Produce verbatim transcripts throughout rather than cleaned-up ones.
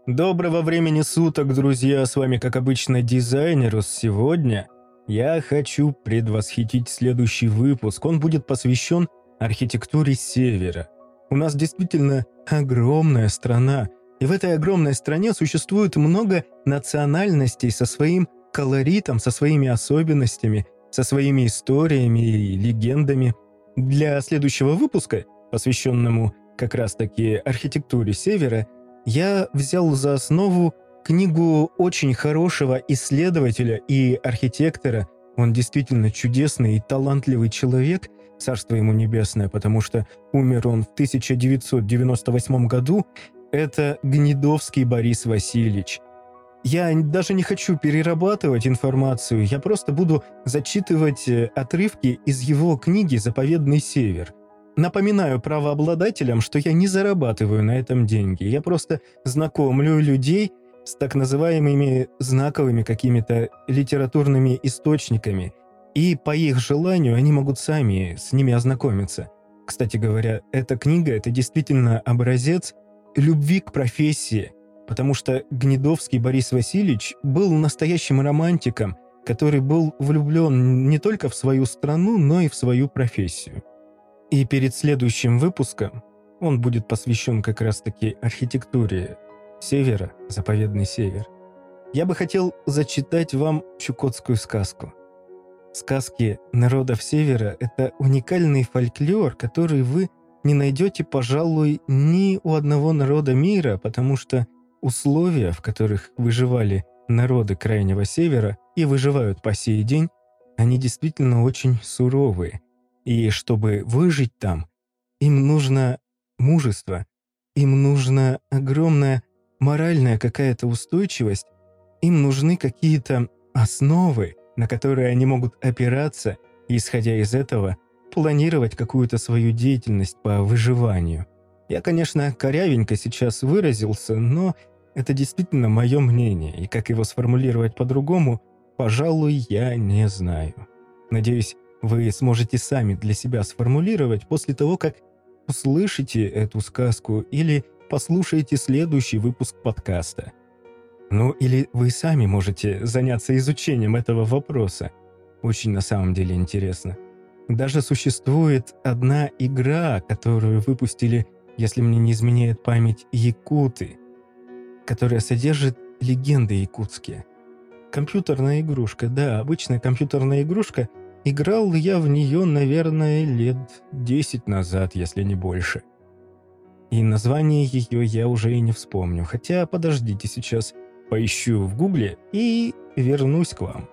Доброго времени суток, друзья! С вами, как обычно, Дизайнерус. Сегодня я хочу предвосхитить следующий выпуск. Он будет посвящен архитектуре Севера. У нас действительно огромная страна, и в этой огромной стране существует много национальностей со своим колоритом, со своими особенностями, со своими историями и легендами. Для следующего выпуска, посвященному как раз-таки архитектуре Севера, я взял за основу книгу очень хорошего исследователя и архитектора. Он действительно чудесный и талантливый человек, царство ему небесное, потому что умер он в тысяча девятьсот девяносто восьмом году. Это Гнедовский Борис Васильевич. Я даже не хочу перерабатывать информацию, я просто буду зачитывать отрывки из его книги «Заповедный Север». Напоминаю правообладателям, что я не зарабатываю на этом деньги. Я просто знакомлю людей с так называемыми знаковыми какими-то литературными источниками. И по их желанию они могут сами с ними ознакомиться. Кстати говоря, эта книга – это действительно образец любви к профессии. Потому что Гнедовский Борис Васильевич был настоящим романтиком, который был влюблен не только в свою страну, но и в свою профессию. И перед следующим выпуском он будет посвящен как раз-таки архитектуре Севера, заповедный Север. Я бы хотел зачитать вам чукотскую сказку. Сказки народов Севера – это уникальный фольклор, который вы не найдете, пожалуй, ни у одного народа мира, потому что условия, в которых выживали народы Крайнего Севера и выживают по сей день, они действительно очень суровые. И чтобы выжить там, им нужно мужество, им нужна огромная моральная какая-то устойчивость, им нужны какие-то основы, на которые они могут опираться, и, исходя из этого, планировать какую-то свою деятельность по выживанию. Я, конечно, корявенько сейчас выразился, но это действительно мое мнение, и как его сформулировать по-другому, пожалуй, я не знаю. Надеюсь, вы сможете сами для себя сформулировать после того, как услышите эту сказку или послушаете следующий выпуск подкаста. Ну или вы сами можете заняться изучением этого вопроса. Очень на самом деле интересно. Даже существует одна игра, которую выпустили, если мне не изменяет память, якуты, которая содержит легенды якутские. Компьютерная игрушка, да, обычная компьютерная игрушка. Играл я в нее, наверное, лет десять назад, если не больше. И название ее я уже и не вспомню. Хотя, подождите, сейчас поищу в гугле и вернусь к вам.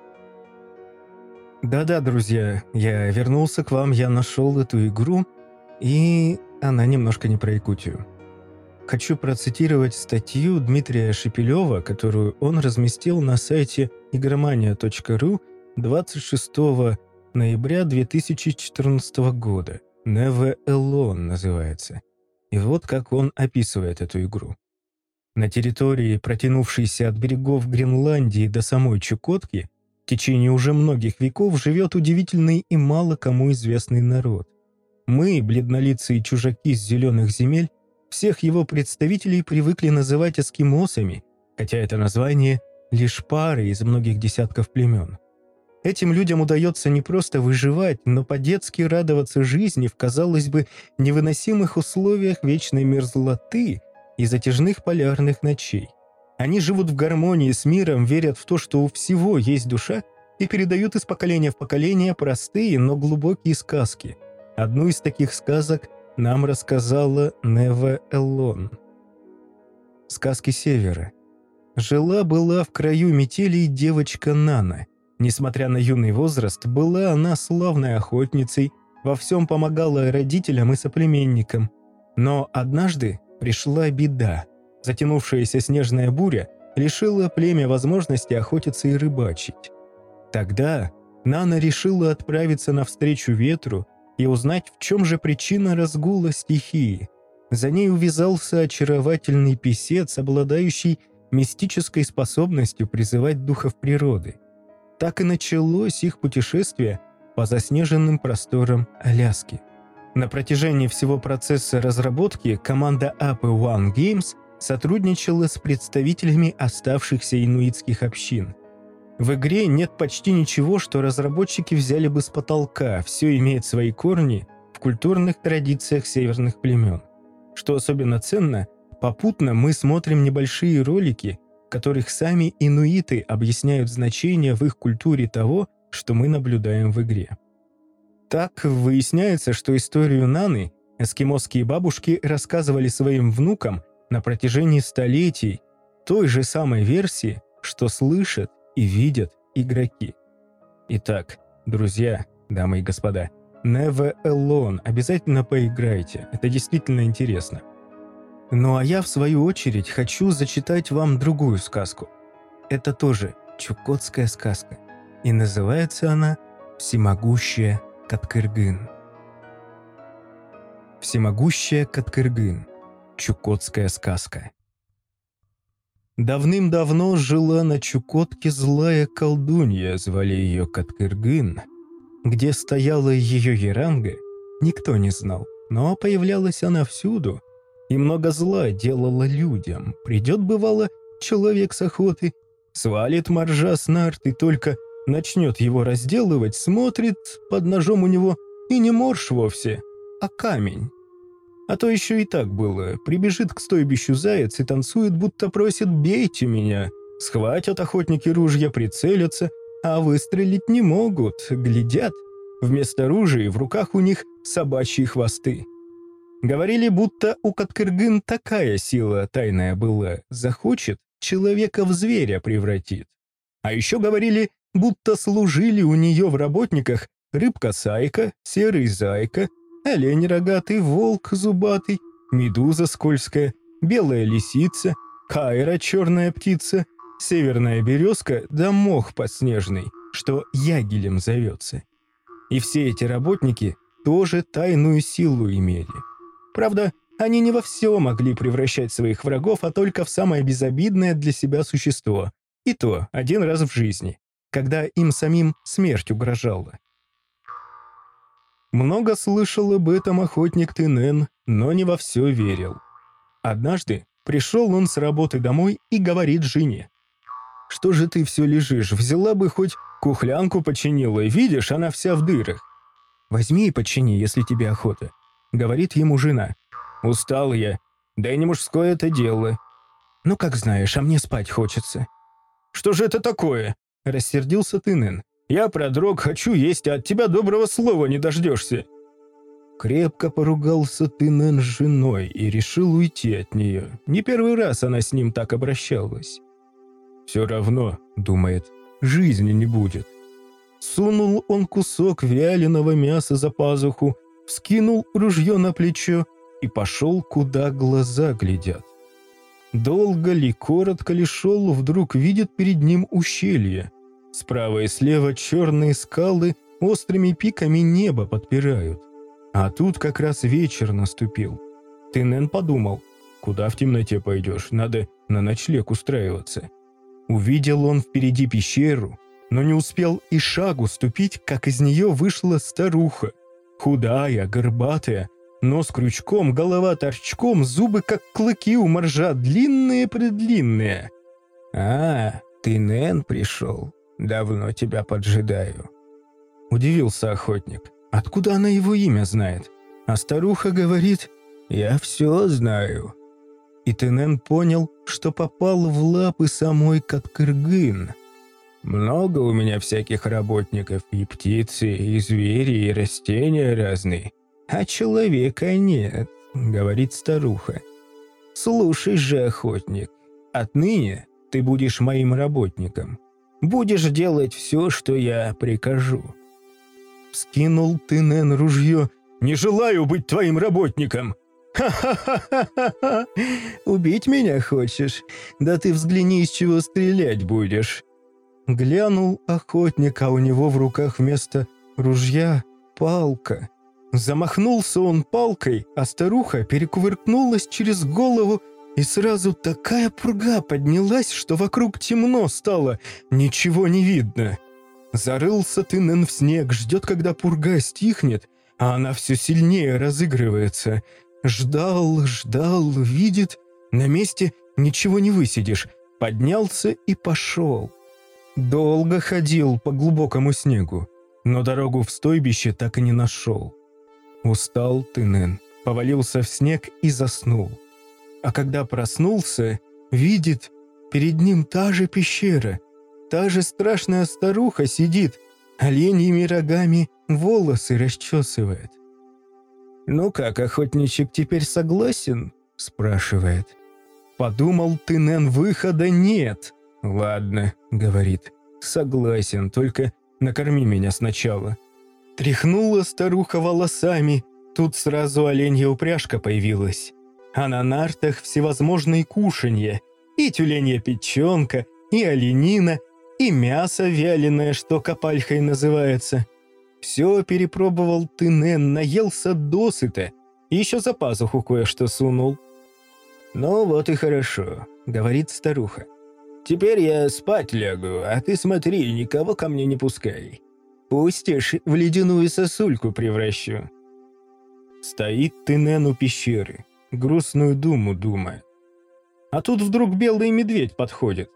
Да-да, друзья, я вернулся к вам, я нашел эту игру, и она немножко не про Якутию. Хочу процитировать статью Дмитрия Шепелева, которую он разместил на сайте игромания точка ру двадцать шестого ноября две тысячи четырнадцатого года. Never Alone называется. И вот как он описывает эту игру. На территории, протянувшейся от берегов Гренландии до самой Чукотки, в течение уже многих веков живет удивительный и мало кому известный народ. Мы, бледнолицые чужаки с зеленых земель, всех его представителей привыкли называть эскимосами, хотя это название лишь пара из многих десятков племен. Этим людям удается не просто выживать, но по-детски радоваться жизни в, казалось бы, невыносимых условиях вечной мерзлоты и затяжных полярных ночей. Они живут в гармонии с миром, верят в то, что у всего есть душа, и передают из поколения в поколение простые, но глубокие сказки. Одну из таких сказок нам рассказала Never Alone. Сказки Севера. Жила-была в краю метелей девочка Нана. Несмотря на юный возраст, была она славной охотницей, во всем помогала родителям и соплеменникам. Но однажды пришла беда. Затянувшаяся снежная буря лишила племя возможности охотиться и рыбачить. Тогда Нана решила отправиться навстречу ветру и узнать, в чем же причина разгула стихии. За ней увязался очаровательный писец, обладающий мистической способностью призывать духов природы. Так и началось их путешествие по заснеженным просторам Аляски. На протяжении всего процесса разработки команда эй пи One Games сотрудничала с представителями оставшихся инуитских общин. В игре нет почти ничего, что разработчики взяли бы с потолка, все имеет свои корни в культурных традициях северных племен. Что особенно ценно, попутно мы смотрим небольшие ролики, в которых сами инуиты объясняют значение в их культуре того, что мы наблюдаем в игре. Так выясняется, что историю Наны эскимосские бабушки рассказывали своим внукам на протяжении столетий той же самой версии, что слышат и видят игроки. Итак, друзья, дамы и господа, Never Alone, обязательно поиграйте, это действительно интересно. Ну а я, в свою очередь, хочу зачитать вам другую сказку. Это тоже чукотская сказка, и называется она «Всемогущая Каткыргын». «Всемогущая Каткыргын» – чукотская сказка. Давным-давно жила на Чукотке злая колдунья, звали ее Каткыргын. Где стояла ее еранга, никто не знал, но появлялась она всюду и много зла делала людям. Придет, бывало, человек с охоты, свалит моржа с нарт и только начнет его разделывать, смотрит, под ножом у него и не морж вовсе, а камень. А то еще и так было. Прибежит к стойбищу заяц и танцует, будто просит «бейте меня». Схватят охотники ружья, прицелятся, а выстрелить не могут, глядят. Вместо ружей в руках у них собачьи хвосты. Говорили, будто у Каткыргын такая сила тайная была. Захочет, человека в зверя превратит. А еще говорили, будто служили у нее в работниках рыбка-сайка, серый зайка, олень рогатый, волк зубатый, медуза скользкая, белая лисица, кайра черная птица, северная березка да мох подснежный, что ягелем зовется. И все эти работники тоже тайную силу имели. Правда, они не во все могли превращать своих врагов, а только в самое безобидное для себя существо. И то один раз в жизни, когда им самим смерть угрожала. Много слышал об этом охотник Тынен, но не во все верил. Однажды пришел он с работы домой и говорит жене: «Что же ты все лежишь? Взяла бы хоть кухлянку починила, и видишь, она вся в дырах». «Возьми и почини, если тебе охота», — говорит ему жена. «Устал я, да и не мужское это дело». «Ну, как знаешь, а мне спать хочется». «Что же это такое?» — рассердился Тынен. «Я продрог, хочу есть, а от тебя доброго слова не дождешься». Крепко поругался Тынен с женой и решил уйти от нее. Не первый раз она с ним так обращалась. «Все равно, — думает, — жизни не будет». Сунул он кусок вяленого мяса за пазуху, вскинул ружье на плечо и пошел, куда глаза глядят. Долго ли, коротко ли шел, вдруг видит перед ним ущелье. Справа и слева черные скалы острыми пиками небо подпирают. А тут как раз вечер наступил. Тынен подумал, куда в темноте пойдешь, надо на ночлег устраиваться. Увидел он впереди пещеру, но не успел и шагу ступить, как из нее вышла старуха. Худая, горбатая, нос крючком, голова торчком, зубы как клыки у моржа, длинные-предлинные. «А, Тынен пришел. Давно тебя поджидаю». Удивился охотник. Откуда она его имя знает? А старуха говорит: «Я все знаю». И Тынен понял, что попал в лапы самой Каткыргын. «Много у меня всяких работников, и птицы, и звери, и растения разные, а человека нет», — говорит старуха. «Слушай же, охотник, отныне ты будешь моим работником. Будешь делать все, что я прикажу». Вскинул Тынен ружье. «Не желаю быть твоим работником!» «Ха-ха-ха-ха-ха! Убить меня хочешь? Да ты взгляни, из чего стрелять будешь!» Глянул охотник, а у него в руках вместо ружья палка. Замахнулся он палкой, а старуха перекувыркнулась через голову, и сразу такая пурга поднялась, что вокруг темно стало, ничего не видно. Зарылся Тынен в снег, ждет, когда пурга стихнет, а она все сильнее разыгрывается. Ждал, ждал, видит, на месте Ничего не высидишь. Поднялся и пошел. Долго ходил по глубокому снегу, но дорогу в стойбище так и не нашел. Устал Тынен, повалился в снег и заснул. А когда проснулся, видит, перед ним та же пещера, та же страшная старуха сидит, оленьими рогами волосы расчесывает. «Ну как, охотничек теперь согласен?» – спрашивает. Подумал Тынен, выхода нет. «Ладно», – говорит, – «согласен, только накорми меня сначала». Тряхнула старуха волосами, тут сразу оленья упряжка появилась. А на нартах всевозможные кушанья, и тюленья печенка, и оленина, и мясо вяленое, что копальхой называется. Все перепробовал Тынен, наелся досыта, и еще за пазуху кое-что сунул. «Ну вот и хорошо», — говорит старуха. «Теперь я спать лягу, а ты смотри, никого ко мне не пускай. Пустишь, в ледяную сосульку превращу». Стоит Тынен у пещеры, грустную думу думает. А тут вдруг белый медведь подходит.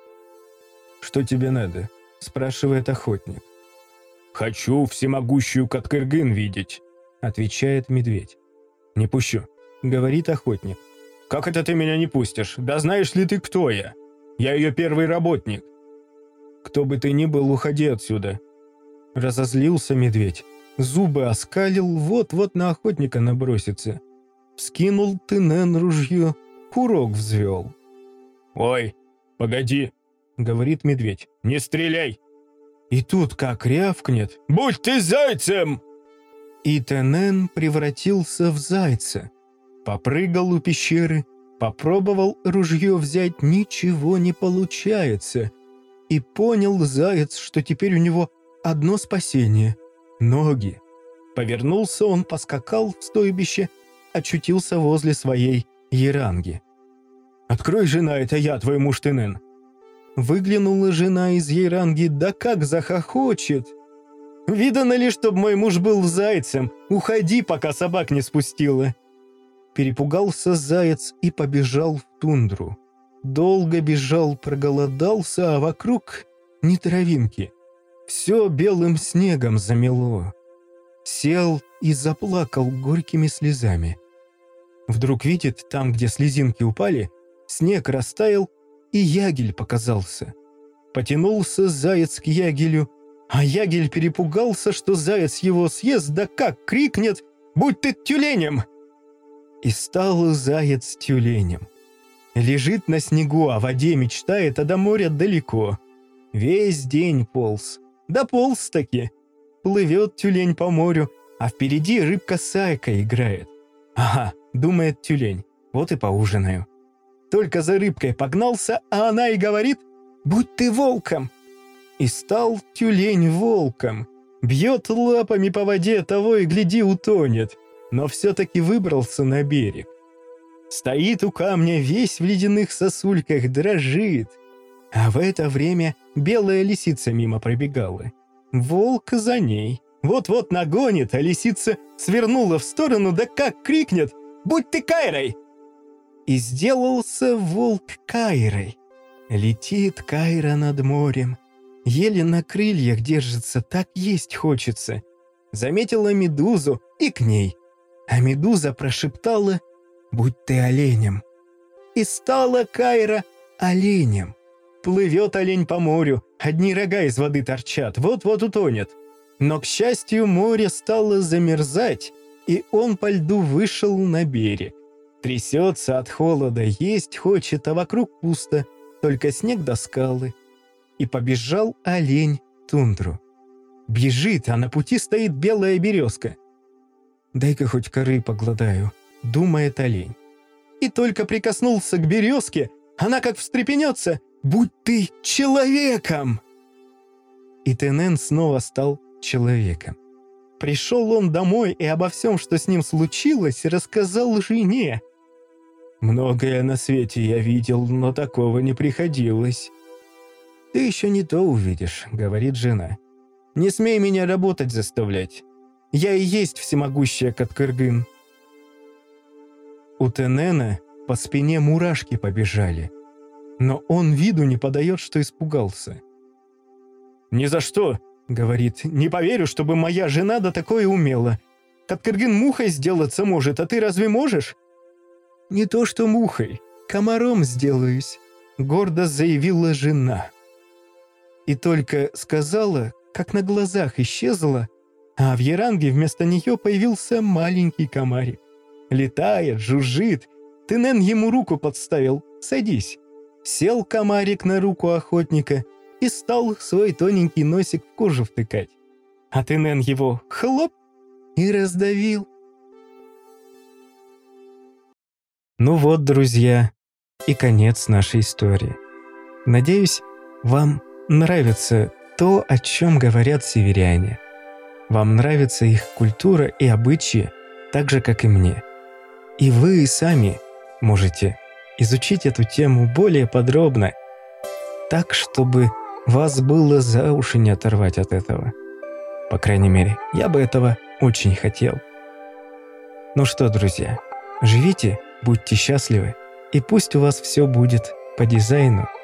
«Что тебе надо?» – спрашивает охотник. «Хочу всемогущую Каткыргын видеть», – отвечает медведь. «Не пущу», – говорит охотник. «Как это ты меня не пустишь? Да знаешь ли ты, кто я? Я ее первый работник». «Кто бы ты ни был, уходи отсюда». Разозлился медведь. Зубы оскалил, вот-вот на охотника набросится. Вскинул Тынен ружье, курок взвел. «Ой, погоди», — говорит медведь, — «не стреляй». И тут как рявкнет: «Будь ты зайцем!» И Тынен превратился в зайца. Попрыгал у пещеры, попробовал ружье взять, ничего не получается. И понял заяц, что теперь у него одно спасение — ноги. Повернулся он, поскакал в стойбище, очутился возле своей еранги. «Открой, жена, это я, твой муж Тынен». Выглянула жена из еранги, да как захохочет. «Видано ли, чтоб мой муж был зайцем? Уходи, пока собак не спустила». Перепугался заяц и побежал в тундру. Долго бежал, проголодался, а вокруг ни травинки. Все белым снегом замело. Сел и заплакал горькими слезами. Вдруг видит, там, где слезинки упали, снег растаял, и ягель показался. Потянулся заяц к ягелю, а ягель перепугался, что заяц его съест, да как крикнет: «Будь ты тюленем!» И стал заяц тюленем. Лежит на снегу, о воде мечтает, а до моря далеко. Весь день полз, да полз-таки. Плывет тюлень по морю, а впереди рыбка-сайка играет. «Ага», — думает тюлень, — «вот и поужинаю». Только за рыбкой погнался, а она и говорит: «Будь ты волком!» И стал тюлень волком. Бьет лапами по воде, того и гляди утонет, но все-таки выбрался на берег. Стоит у камня, весь в ледяных сосульках, дрожит. А в это время белая лисица мимо пробегала. Волк за ней. Вот-вот нагонит, а лисица свернула в сторону, да как крикнет: «Будь ты Кайрой!» И сделался волк Кайрой. Летит Кайра над морем. Еле на крыльях держится, так есть хочется. Заметила медузу и к ней. А медуза прошептала: «Будь ты оленем». И стала Кайра оленем. Плывет олень по морю, одни рога из воды торчат, вот-вот утонет. Но, к счастью, море стало замерзать, и он по льду вышел на берег. Трясется от холода, есть хочет, а вокруг пусто, только снег до скалы. И побежал олень в тундру. Бежит, а на пути стоит белая березка. «Дай-ка хоть коры погладаю», — думает олень. И только прикоснулся к березке, она как встрепенется: «Будь ты человеком!» И Тынен снова стал человеком. Пришел он домой и обо всем, что с ним случилось, рассказал жене. «Многое на свете я видел, но такого не приходилось». «Ты еще не то увидишь», — говорит жена. «Не смей меня работать заставлять. Я и есть всемогущая Каткыргын». У Тынена по спине мурашки побежали. Но он виду не подает, что испугался. «Ни за что», — говорит, — «не поверю, чтобы моя жена да такое умела. Каткаргин мухой сделаться может, а ты разве можешь?» «Не то что мухой, комаром сделаюсь», — гордо заявила жена. И только сказала, как на глазах исчезла, а в яранге вместо нее появился маленький комарик. Летает, жужжит. Тынен ему руку подставил. «Садись». Сел комарик на руку охотника и стал свой тоненький носик в кожу втыкать. А Тынен его хлоп и раздавил. Ну вот, друзья, и конец нашей истории. Надеюсь, вам нравится то, о чем говорят северяне. Вам нравится их культура и обычаи, так же, как и мне. И вы сами можете изучить эту тему более подробно, так, чтобы вас было за уши не оторвать от этого. По крайней мере, я бы этого очень хотел. Ну что, друзья, живите, будьте счастливы, и пусть у вас все будет по дизайну